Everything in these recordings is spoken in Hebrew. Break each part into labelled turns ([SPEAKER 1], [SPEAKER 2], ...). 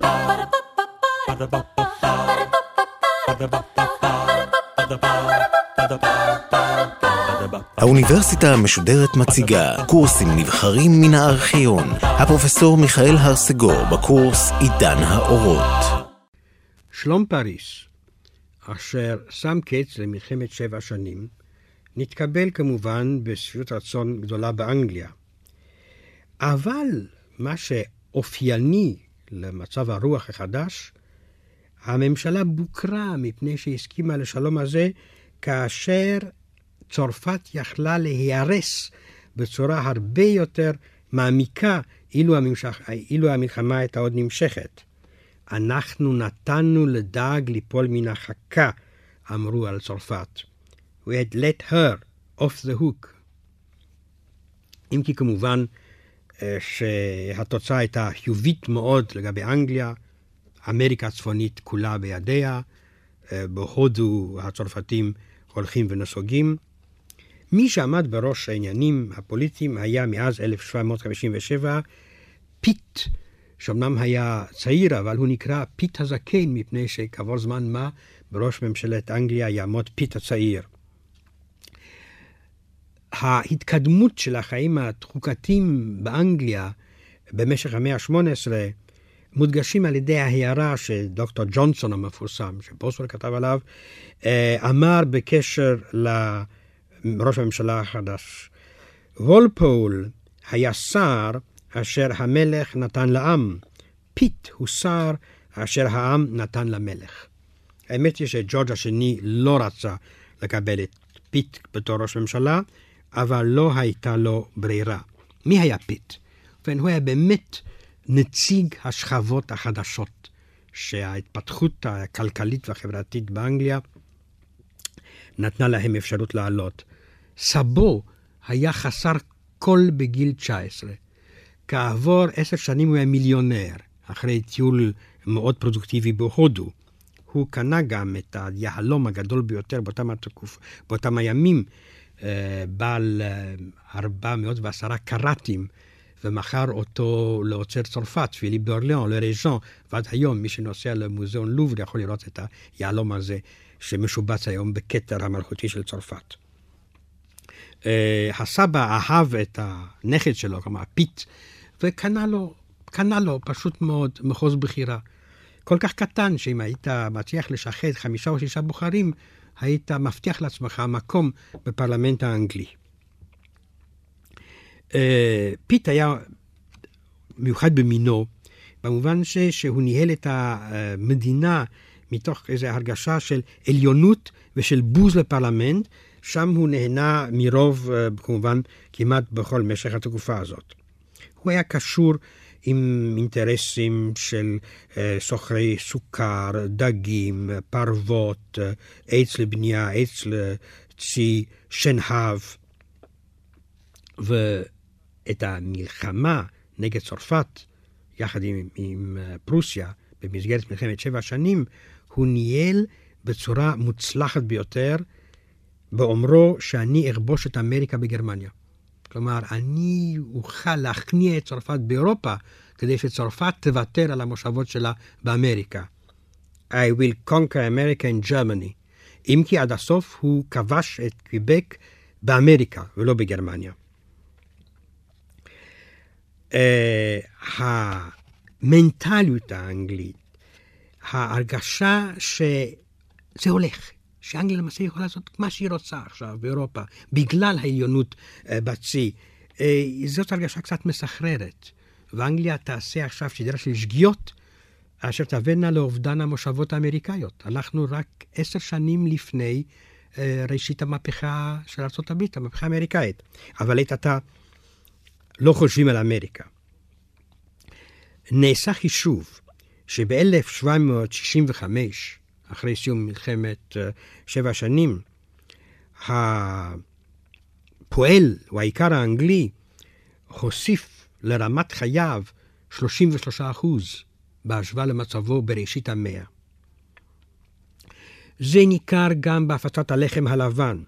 [SPEAKER 1] האוניברסיטה המשודרת מציגה קורסים נבחרים מן הארכיון. הפרופסור מיכאל הרסגור בקורס עידן האורות.
[SPEAKER 2] שלום פריס, אשר שם קץ למלחמת 7 שנים, נתקבל כמובן בשביעות רצון גדולה באנגליה. אבל מה שאופייני למצב הרוח החדש, הממשלה בוקרה מפני שהסכימה לשלום הזה, כאשר צרפת יכלה להיהרס בצורה הרבה יותר מעמיקה אילו המלחמה הייתה עוד נמשכת. אנחנו נתנו לדג ליפול מן החכה, אמרו על צרפת. We had let her off the hook. אם כי כמובן שהתוצאה הייתה חיובית מאוד לגבי אנגליה, אמריקה הצפונית כולה בידיה, בהודו הצרפתים הולכים ונסוגים. מי שעמד בראש העניינים הפוליטיים היה מאז 1757 פיט, שאומנם היה צעיר, אבל הוא נקרא פיט הזקן, מפני שכעבור זמן מה בראש ממשלת אנגליה יעמוד פיט הצעיר. ההתקדמות של החיים התחוקתיים באנגליה במשך המאה ה-18 מודגשים על ידי ההערה שדוקטור ג'ונסון המפורסם, שבוסוול כתב עליו, אמר בקשר לראש הממשלה החדש. וולפול היה שר אשר המלך נתן לעם. פיט הוא שר אשר העם נתן למלך. האמת היא שג'ורג' השני לא רצה לקבל את פיט בתור ראש ממשלה, אבל לא הייתה לו ברירה. מי היה פיט? הוא היה באמת נציג השכבות החדשות, שההתפתחות הכלכלית והחברתית באנגליה נתנה להם אפשרות לעלות. סבו היה חסר כל בגיל 19. כעבור 10 שנים הוא היה מיליונר, אחרי טיול מאוד פרודוקטיבי בהודו. הוא קנה גם את היהלום הגדול ביותר באותם הימים, בעל 410 קראטים, ומכר אותו לאוצר צרפת, פיליפ דורליאן, לרג'אן, ועד היום מי שנוסע למוזיאון לובר יכול לראות את היהלום הזה, שמשובץ היום בכתר המלכותי של צרפת. הסבא אהב את הנכד שלו, כלומר פיט, וקנה לו פשוט מאוד מחוז בחירה. כל כך קטן שאם היית מצליח לשחד 5 או 6 בוחרים, היית מבטיח לעצמך מקום בפרלמנט האנגלי. פיט היה מיוחד במינו, במובן שהוא ניהל את המדינה מתוך איזו הרגשה של עליונות ושל בוז לפרלמנט, שם הוא נהנה מרוב, כמובן, כמעט בכל משך התקופה הזאת. הוא היה קשור עם אינטרסים של סוחרי סוכר, דגים, פרוות, עץ לבנייה, עץ לצי, שנהב. ואת המלחמה נגד צרפת, יחד עם פרוסיה, במסגרת מלחמת 7 שנים, הוא ניהל בצורה מוצלחת ביותר, באומרו שאני אכבוש את אמריקה בגרמניה. כלומר, אני אוכל להכניע את צרפת באירופה, כדי שצרפת תוותר על המושבות שלה באמריקה. I will conquer America in Germany. אם כי עד הסוף הוא כבש את קוויבק באמריקה, ולא בגרמניה. המנטליות האנגלית, ההרגשה שזה הולך, שאנגליה למעשה יכולה לעשות מה שהיא רוצה עכשיו באירופה, בגלל העליונות בצי. זאת הרגשה קצת מסחררת. ואנגליה תעשה עכשיו סדרה של שגיאות, אשר תבנה לאובדן המושבות האמריקאיות. אנחנו רק 10 שנים לפני ראשית המהפכה של ארצות הברית, המהפכה האמריקאית. אבל לעת עתה לא חושבים על אמריקה. נעשה חישוב שב-1765, אחרי סיום מלחמת 7 שנים, הפועל או העיקר האנגלי הוסיף לרמת חייו 33% בהשוואה למצבו בראשית המאה. זה ניכר גם בהפצת הלחם הלבן.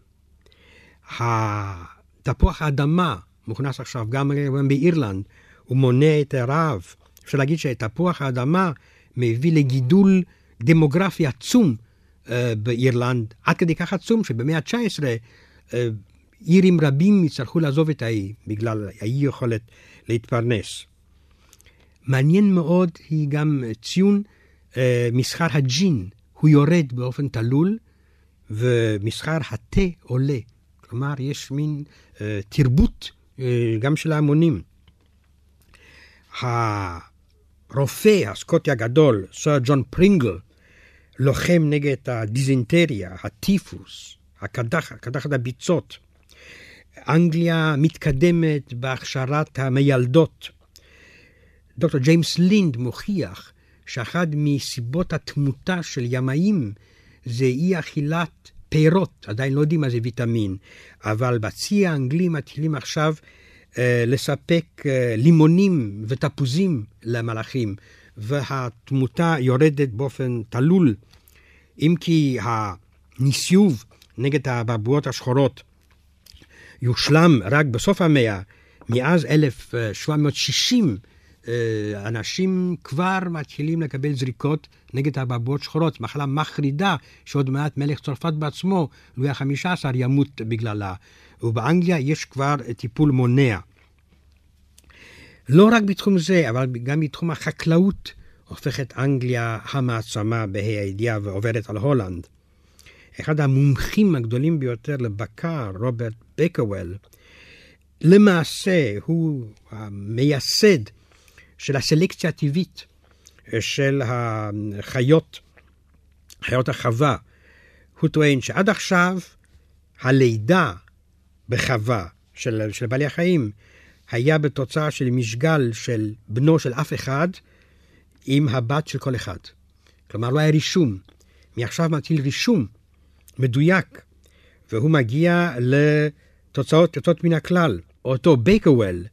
[SPEAKER 2] תפוח האדמה מוכנס עכשיו גם באירלנד, הוא מונע את הרעב. אפשר להגיד שתפוח האדמה מביא לגידול דמוגרפי עצום באירלנד, עד כדי כך עצום שבמאה ה-19 עירים רבים יצטרכו לעזוב את האי, בגלל האי יכולת להתפרנס. מעניין מאוד היא גם ציון מסחר הג'ין, הוא יורד באופן תלול, ומסחר התה עולה. כלומר, יש מין תרבות גם של ההמונים. הרופא הסקוטי הגדול, סר ג'ון פרינגל, לוחם נגד הדיזנטריה, הטיפוס, קדחת הביצות. אנגליה מתקדמת בהכשרת המיילדות. דוקטור ג'יימס לינד מוכיח שאחד מסיבות התמותה של ימאים זה אי אכילת פירות, עדיין לא יודעים מה זה ויטמין, אבל בצי האנגלי מתחילים עכשיו לספק לימונים ותפוזים למלאכים, והתמותה יורדת באופן תלול, אם כי הניסיוב נגד הבבואות השחורות יושלם רק בסוף המאה. מאז 1760 אנשים כבר מתחילים לקבל זריקות נגד הבבואות שחורות, מחלה מחרידה שעוד מעט מלך צרפת בעצמו, לואי ה-15, ימות בגללה. ובאנגליה יש כבר טיפול מונע. לא רק בתחום זה, אבל גם בתחום החקלאות הופכת אנגליה המעצמה בה"א הידיעה ועוברת על הולנד. אחד המומחים הגדולים ביותר לבקר, רוברט בקוול, למעשה הוא המייסד של הסלקציה הטבעית של חיות החווה. הוא טוען שעד עכשיו הלידה בחווה של בעלי החיים היה בתוצאה של משגל של בנו של אף אחד עם הבת של כל אחד. כלומר לא היה רישום. מעכשיו מתחיל רישום מדויק, והוא מגיע לתוצאות יוצאות מן הכלל. אותו בייקוול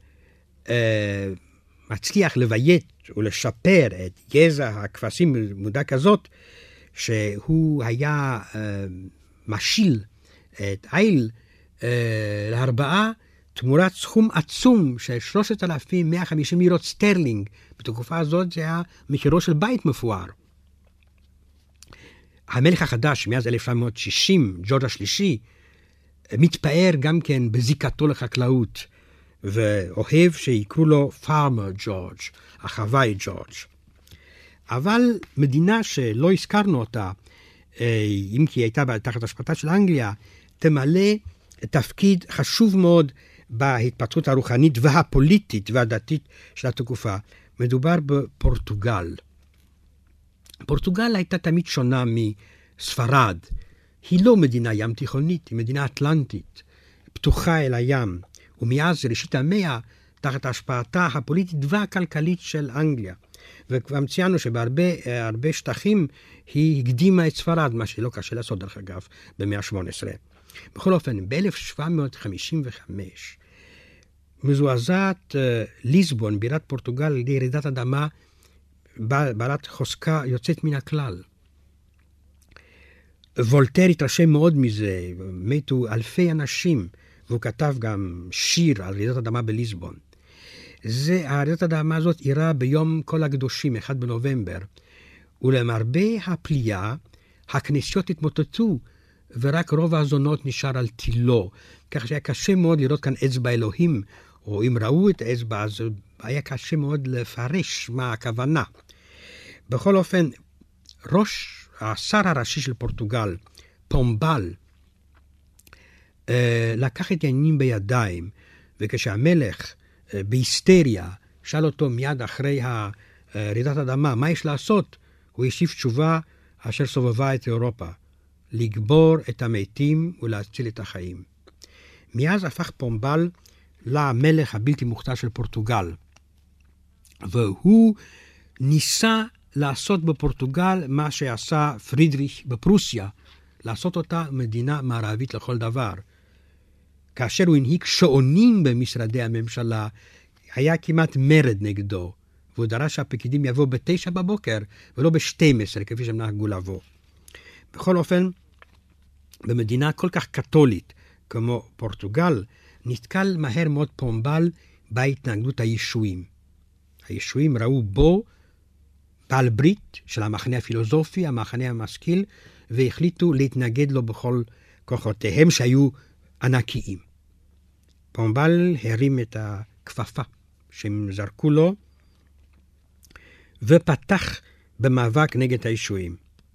[SPEAKER 2] מצליח לביית ולשפר את גזע הכבשים במודע כזאת, שהוא היה משיל את איל להרבעה תמורת סכום עצום של 3,150 לירות סטרלינג. בתקופה הזאת זה היה מחירו של בית מפואר. המלך החדש מאז 1960, ג'ורג' השלישי, מתפאר גם כן בזיקתו לחקלאות, ואוהב שיקראו לו פארמר ג'ורג', החוואי ג'ורג'. אבל מדינה שלא הזכרנו אותה, אם כי הייתה תחת השפעתה של אנגליה, תמלא תפקיד חשוב מאוד בהתפתחות הרוחנית והפוליטית והדתית של התקופה. מדובר בפורטוגל. פורטוגל הייתה תמיד שונה מספרד. היא לא מדינה ים תיכונית, היא מדינה אטלנטית, פתוחה אל הים, ומאז ראשית המאה תחת השפעתה הפוליטית והכלכלית של אנגליה. וכבר ציינו שבהרבה שטחים היא הקדימה את ספרד, מה שלא קשה לעשות דרך אגב במאה ה-18. בכל אופן, ב-1755 מזועזעת ליסבון, בירת פורטוגל, על ידי רעידת אדמה בעלת חוזקה יוצאת מן הכלל. וולטר התרשם מאוד מזה, מתו אלפי אנשים, והוא כתב גם שיר על רעידת אדמה בליסבון. הרעידת האדמה הזאת אירעה ביום כל הקדושים, 1 בנובמבר, ולמרבה הפליאה, הכנסיות התמוטטו, ורק רוב הזונות נשאר על תילו, כך שהיה קשה מאוד לראות כאן אצבע אלוהים, או אם ראו את האצבע, אז היה קשה מאוד לפרש מה הכוונה. בכל אופן, השר הראשי של פורטוגל, פומבל, לקח את העניינים בידיים, וכשהמלך בהיסטריה שאל אותו מיד אחרי רעידת אדמה, מה יש לעשות? הוא השיב תשובה אשר סובבה את אירופה, לגבור את המתים ולהציל את החיים. מאז הפך פומבל למלך הבלתי מוכתר של פורטוגל, והוא ניסה לעשות בפורטוגל מה שעשה פרידריך בפרוסיה, לעשות אותה מדינה מערבית לכל דבר. כאשר הוא הנהיג שעונים במשרדי הממשלה, היה כמעט מרד נגדו, והוא דרש שהפקידים יבוא ב-9 בבוקר, ולא ב-12, כפי שהם נהגו לבוא. בכל אופן, במדינה כל כך קתולית כמו פורטוגל, נתקל מהר מאוד פומבל בהתנגדות הישועים. הישועים ראו בו בעל ברית של המחנה הפילוסופי, המחנה המשכיל, והחליטו להתנגד לו בכל כוחותיהם שהיו ענקיים. פומבל הרים את הכפפה שהם זרקו לו, ופתח במאבק נגד הישועים.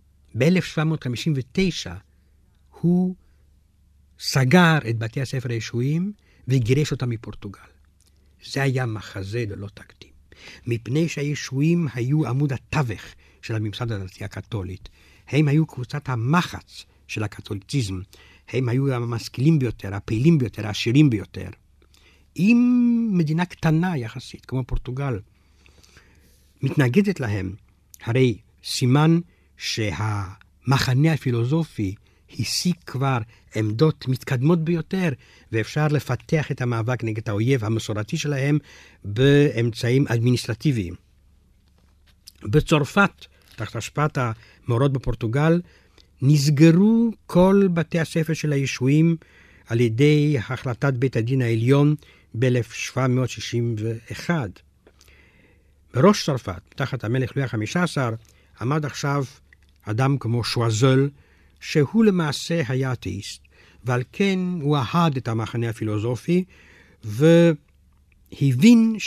[SPEAKER 2] ב-1759 הוא סגר את בתי הספר הישועים וגירש אותם מפורטוגל. זה היה מחזה ללא תקדים. מפני שהישועים היו עמוד התווך של הממסד הדתי הקתולית. הם היו קבוצת המחץ של הקתוליציזם. הם היו המשכילים ביותר, הפעילים ביותר, העשירים ביותר. עם מדינה קטנה יחסית, כמו פורטוגל, מתנגדת להם, הרי סימן שהמחנה הפילוסופי השיג כבר עמדות מתקדמות ביותר, ואפשר לפתח את המאבק נגד האויב המסורתי שלהם באמצעים אדמיניסטרטיביים. בצרפת, תחת השפעת המאורות בפורטוגל, נסגרו כל בתי הספר של הישועים על ידי החלטת בית הדין העליון ב-1761. בראש צרפת, תחת המלך לואי ה-15, עמד עכשיו אדם כמו שואזל, שהוא למעשה היה אתאיסט, ועל כן הוא אהד את המחנה הפילוסופי, והבין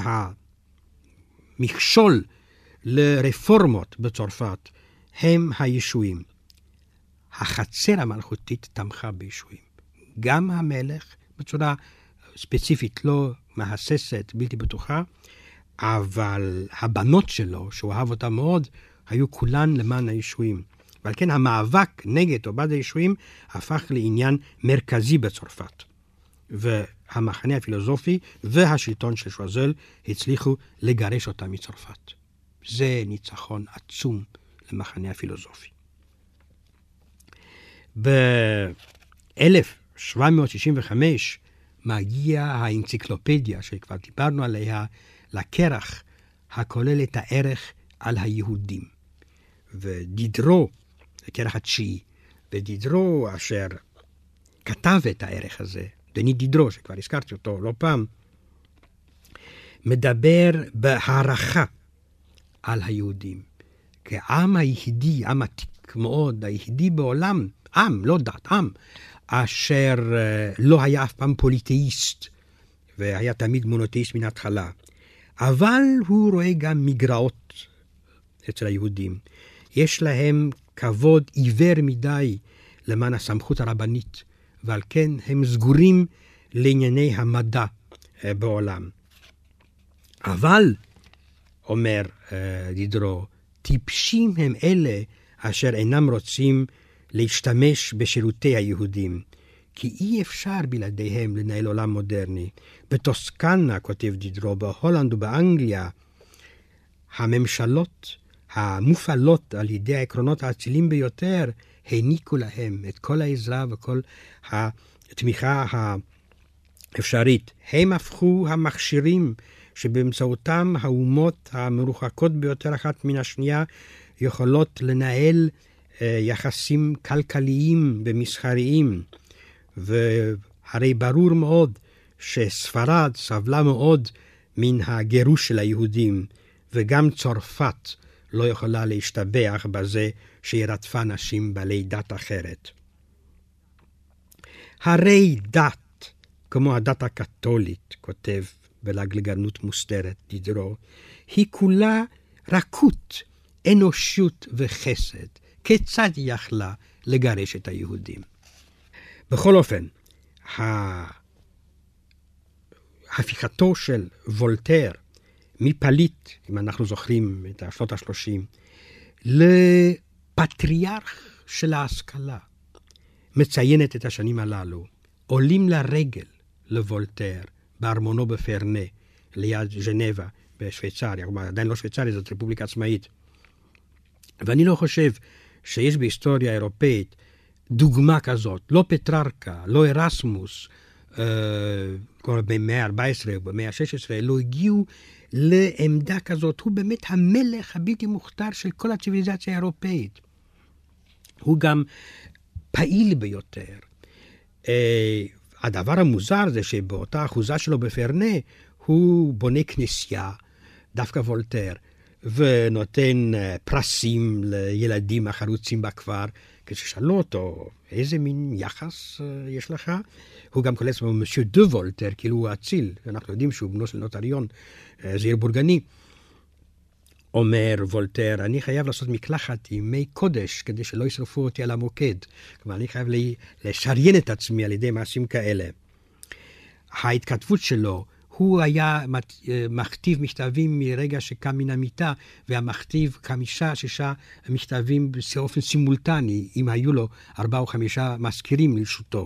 [SPEAKER 2] שהמכשול לרפורמות בצרפת הם הישועים. החצר המלכותית תמכה בישועים. גם המלך, בצורה ספציפית לא מהססת, בלתי בטוחה, אבל הבנות שלו, שהוא אהב אותה מאוד, היו כולן למען הישועים. ועל כן המאבק נגד או בעד הישועים הפך לעניין מרכזי בצרפת. והמחנה הפילוסופי והשלטון של שואזל הצליחו לגרש אותה מצרפת. זה ניצחון עצום למחנה הפילוסופי. ב-1765 מגיעה האנציקלופדיה שכבר דיברנו עליה לקרח, הכולל את הערך על היהודים. ודידרו, הקרח התשיעי, ודידרו אשר כתב את הערך הזה, דני דידרו, שכבר הזכרתי אותו לא פעם, מדבר בהערכה על היהודים. כעם היחידי, עם עתיק מאוד, היחידי בעולם, עם, לא דת, עם, אשר לא היה אף פעם פוליטאיסט, והיה תמיד מונותאיסט מן ההתחלה. אבל הוא רואה גם מגרעות אצל היהודים. יש להם כבוד עיוור מדי למען הסמכות הרבנית, ועל כן הם סגורים לענייני המדע בעולם. אבל, אומר דידרו, טיפשים הם אלה אשר אינם רוצים להשתמש בשירותי היהודים, כי אי אפשר בלעדיהם לנהל עולם מודרני. בטוסקנה, כותב דידרו, בהולנד ובאנגליה, הממשלות המופעלות על ידי העקרונות האצילים ביותר, העניקו להם את כל העזרה וכל התמיכה האפשרית. הם הפכו המכשירים שבאמצעותם האומות המרוחקות ביותר אחת מן השנייה יכולות לנהל יחסים כלכליים ומסחריים. והרי ברור מאוד שספרד סבלה מאוד מן הגירוש של היהודים, וגם צרפת לא יכולה להשתבח בזה שהיא רדפה נשים בעלי דת אחרת. הרי דת, כמו הדת הקתולית, כותב בלגלגנות מוסתרת דידרו, היא כולה רכות, אנושות וחסד. כיצד יכלה לגרש את היהודים? בכל אופן, הפיכתו של וולטר מפליט, אם אנחנו זוכרים את השנות ה-30, לפטריארך של ההשכלה, מציינת את השנים הללו. עולים לרגל לוולטר בארמונו בפרנה, ליד ז'נבה בשוויצריה, כלומר עדיין לא שוויצריה, זאת רפובליקה עצמאית. ואני לא חושב שיש בהיסטוריה האירופאית דוגמה כזאת, לא פטררקה, לא ארסמוס, במאה ה-14 או במאה ה-16, לא הגיעו לעמדה כזאת. הוא באמת המלך הבלתי מוכתר של כל הציביליזציה האירופאית. הוא גם פעיל ביותר. הדבר המוזר זה שבאותה אחוזה שלו בפרנה, הוא בונה כנסייה, דווקא וולטר, ונותן פרסים לילדים החרוצים בכפר, כששאלו אותו, איזה מין יחס יש לך? הוא גם קורא לעצמו מסייר דה וולטר, כאילו הוא אציל, אנחנו יודעים שהוא בנו של נוטריון, זעיר בורגני. אומר וולטר, אני חייב לעשות מקלחת עם מי קודש, כדי שלא ישרפו אותי על המוקד. כלומר, אני חייב לשריין את עצמי על ידי מעשים כאלה. ההתכתבות שלו, הוא היה מכתיב מכתבים מרגע שקם מן המיטה, והמכתיב 5-6 מכתבים באופן סימולטני, אם היו לו 4 או 5 מזכירים לרשותו.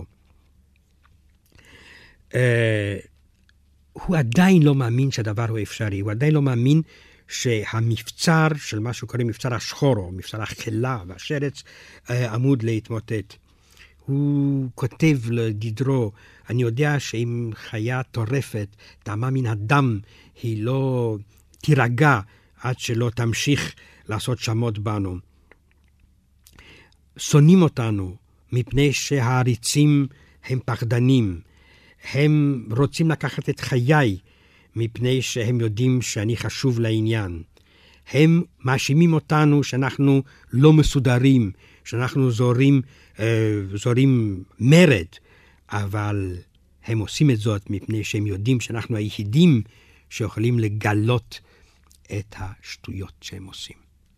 [SPEAKER 2] הוא עדיין לא מאמין שהדבר הוא אפשרי, הוא עדיין לא מאמין שהמבצר של מה שהוא קורא מבצר השחורו, מבצר החלה והשרץ, עמוד להתמוטט. הוא כותב לדידרו, אני יודע שאם חיה טורפת, טעמה מן הדם, היא לא תירגע עד שלא תמשיך לעשות שמות בנו. שונאים אותנו מפני שהעריצים הם פחדנים. הם רוצים לקחת את חיי מפני שהם יודעים שאני חשוב לעניין. הם מאשימים אותנו שאנחנו לא מסודרים, שאנחנו זורים מרד, אבל הם עושים את זאת מפני שהם יודעים שאנחנו היחידים שיכולים לגלות את השטויות שהם עושים.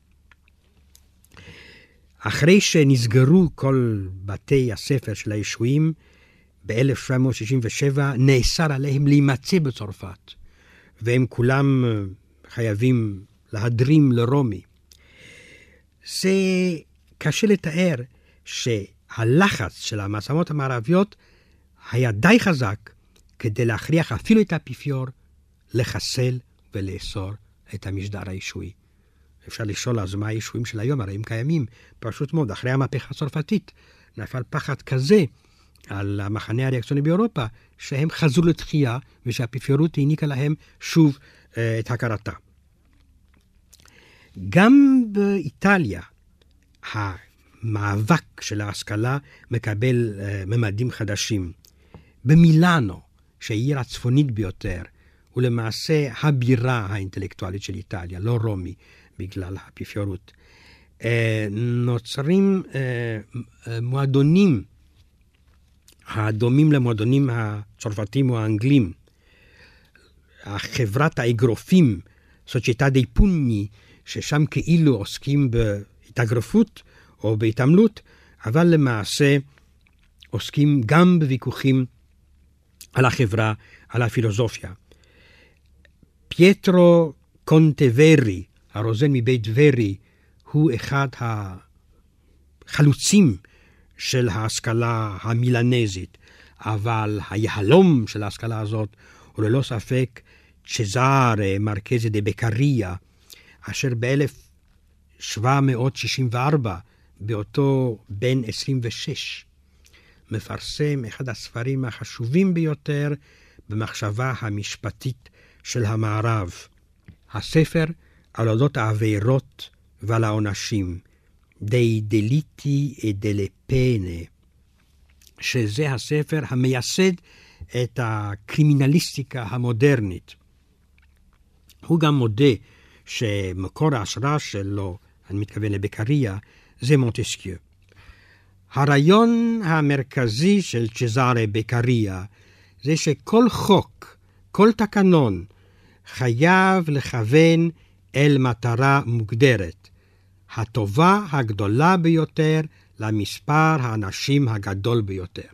[SPEAKER 2] אחרי שנסגרו כל בתי הספר של הישועים, ב-1767 נאסר עליהם להימצא בצרפת, והם כולם חייבים להדרים לרומי. זה קשה לתאר שהלחץ של המעצמות המערביות היה די חזק כדי להכריח אפילו את האפיפיור לחסל ולאסור את המשדר הישועי. אפשר לשאול אז מה הישועים של היום, הרי הם קיימים. פשוט מאוד, אחרי המהפכה הצרפתית נפל פחד כזה על המחנה הריאקציוני באירופה, שהם חזרו לתחייה ושהאפיפיורות העניקה להם שוב את הכרתה. גם באיטליה המאבק של ההשכלה מקבל ממדים חדשים. במילאנו, שהיא העיר הצפונית ביותר, ולמעשה הבירה האינטלקטואלית של איטליה, לא רומי, בגלל האפיפיורות, נוצרים מועדונים הדומים למועדונים הצרפתים או האנגלים. החברת האגרופים, סוצייטה די פוני, ששם כאילו עוסקים בהתאגרפות או בהתעמלות, אבל למעשה עוסקים גם בוויכוחים על החברה, על הפילוסופיה. פייטרו קונטוורי, הרוזן מבית ורי, הוא אחד החלוצים של ההשכלה המילנזית, אבל היהלום של ההשכלה הזאת הוא ללא ספק צ'זארה מרקזה דה בקריה, אשר ב-1764, באותו בן 26, מפרסם אחד הספרים החשובים ביותר במחשבה המשפטית של המערב. הספר על אודות העבירות ועל העונשים, די דליטי דלה פנה, שזה הספר המייסד את הקרימינליסטיקה המודרנית. הוא גם מודה שמקור ההשראה שלו, אני מתכוון לבקריה, זה מונטסקיו. הרעיון המרכזי של צ'זארה בקריה זה שכל חוק, כל תקנון, חייב לכוון אל מטרה מוגדרת. הטובה הגדולה ביותר למספר האנשים הגדול ביותר.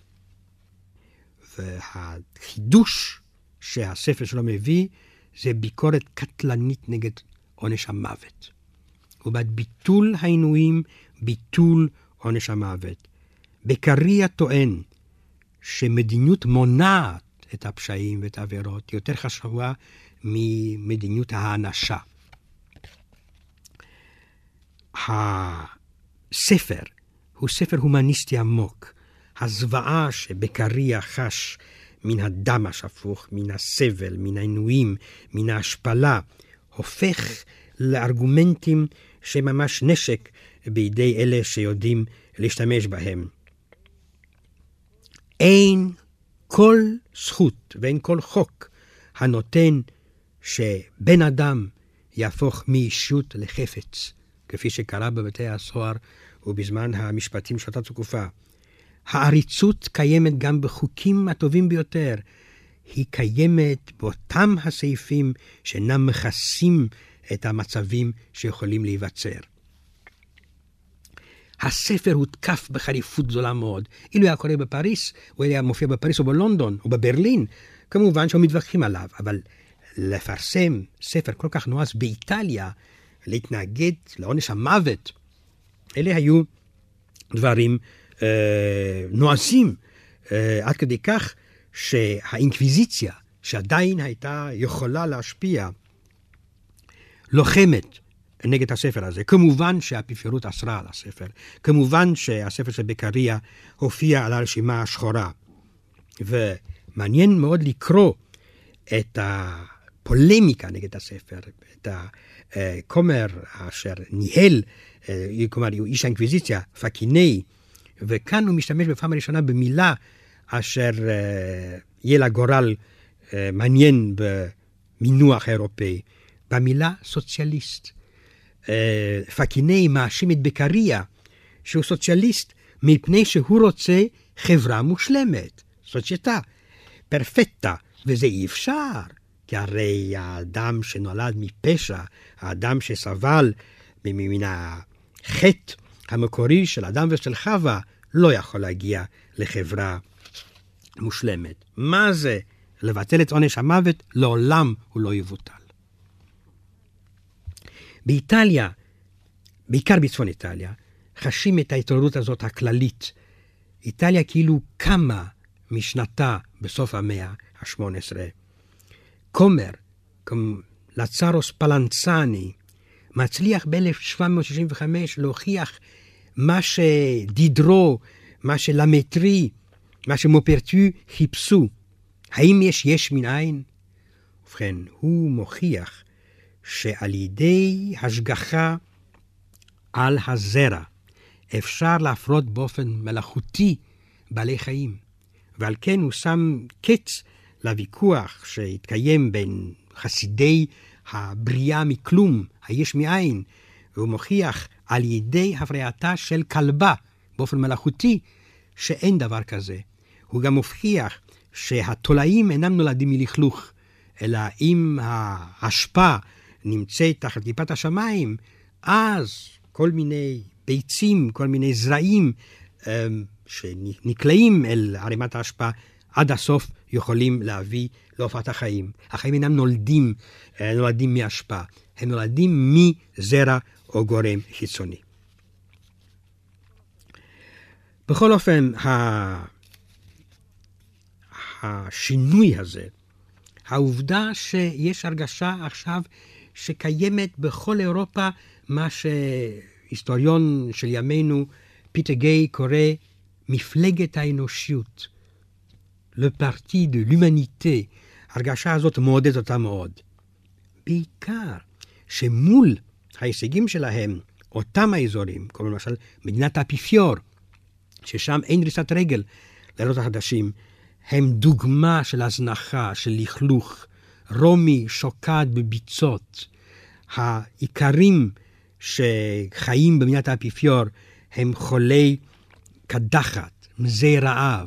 [SPEAKER 2] והחידוש שהספר שלו מביא זה ביקורת קטלנית נגד עונש המוות. ובעד ביטול העינויים, ביטול עונש המוות. בקריה טוען שמדיניות מונעת את הפשעים ואת העבירות יותר חשובה ממדיניות האנשה. הספר הוא ספר הומניסטי עמוק. הזוועה שבקריה חש מן הדם השפוך, מן הסבל, מן העינויים, מן ההשפלה, הופך לארגומנטים שממש נשק בידי אלה שיודעים להשתמש בהם. אין כל זכות ואין כל חוק הנותן שבן אדם יהפוך מאישות לחפץ, כפי שקרה בבתי הסוהר ובזמן המשפטים של אותה תקופה. העריצות קיימת גם בחוקים הטובים ביותר. היא קיימת באותם הסעיפים שאינם מכסים את המצבים שיכולים להיווצר. הספר הותקף בחריפות גדולה מאוד. אילו היה קורה בפריס, הוא היה מופיע בפריס או בלונדון או בברלין, כמובן שהם מתווכחים עליו, אבל לפרסם ספר כל כך נועז באיטליה, להתנגד לעונש המוות, אלה היו דברים נועזים, עד כדי כך שהאינקוויזיציה, שעדיין הייתה יכולה להשפיע, לוחמת נגד הספר הזה. כמובן שהאפיפיורות אסרה על הספר. כמובן שהספר של בקריה הופיע על הרשימה השחורה. ומעניין מאוד לקרוא את הפולמיקה נגד הספר, את הכומר אשר ניהל, כלומר, איש האינקוויזיציה, פקיני, וכאן הוא משתמש בפעם הראשונה במילה אשר יהיה לה גורל מעניין במינוח האירופאי, במילה סוציאליסט. פקיני מאשים את בקריה שהוא סוציאליסט מפני שהוא רוצה חברה מושלמת, סוצייטה, פרפטה, וזה אי אפשר, כי הרי האדם שנולד מפשע, האדם שסבל מן החטא המקורי של אדם ושל חווה, לא יכול להגיע לחברה מושלמת. מה זה לבטל את עונש המוות? לעולם הוא לא יבוטל. באיטליה, בעיקר בצפון איטליה, חשים את ההתעוררות הזאת הכללית. איטליה כאילו קמה משנתה בסוף המאה ה-18. כומר, לצרוס פלנצני, מצליח ב-1765 להוכיח מה שדידרו, מה שלמטרי, מה שמופרטו חיפשו. האם יש מן עין? ובכן, הוא מוכיח שעל ידי השגחה על הזרע אפשר להפרות באופן מלאכותי בעלי חיים. ועל כן הוא שם קץ לוויכוח שהתקיים בין חסידי הבריאה מכלום, היש מאין, והוא מוכיח על ידי הפרייתה של כלבה באופן מלאכותי שאין דבר כזה. הוא גם מוכיח שהתולעים אינם נולדים מלכלוך, אלא אם ההשפעה נמצאת תחת כיפת השמיים, אז כל מיני ביצים, כל מיני זרעים שנקלעים אל ערימת ההשפעה, עד הסוף יכולים להביא להופעת החיים. החיים אינם נולדים מהשפעה, הם נולדים מזרע או גורם חיצוני. בכל אופן, השינוי הזה, העובדה שיש הרגשה עכשיו שקיימת בכל אירופה, מה שהיסטוריון של ימינו, פיטר גיי, קורא מפלגת האנושיות, le parti de l'humanité, הרגשה הזאת מעודדת אותה מאוד. בעיקר שמול ההישגים שלהם, אותם האזורים, כמו למשל מדינת האפיפיור, ששם אין דריסת רגל לילות החדשים, הם דוגמה של הזנחה, של לכלוך. רומי שוקעת בביצות. העיקרים שחיים במדינת האפיפיור הם חולי קדחת, מזי רעב.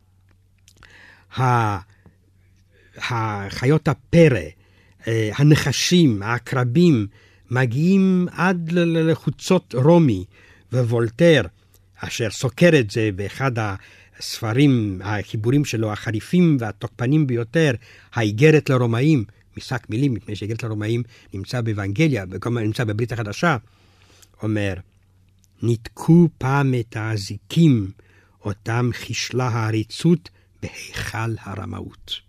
[SPEAKER 2] החיות הפרא, הנחשים, העקרבים, מגיעים עד לחוצות רומי, ווולטר, אשר סוקר את זה באחד הספרים, החיבורים שלו, החריפים והתוקפנים ביותר, האיגרת לרומאים, משק מילים, מפני שהאיגרת לרומאים נמצא באבנגליה, וגם נמצא בברית החדשה, אומר, ניתקו פעם את האזיקים, אותם חישלה העריצות בהיכל הרמאות.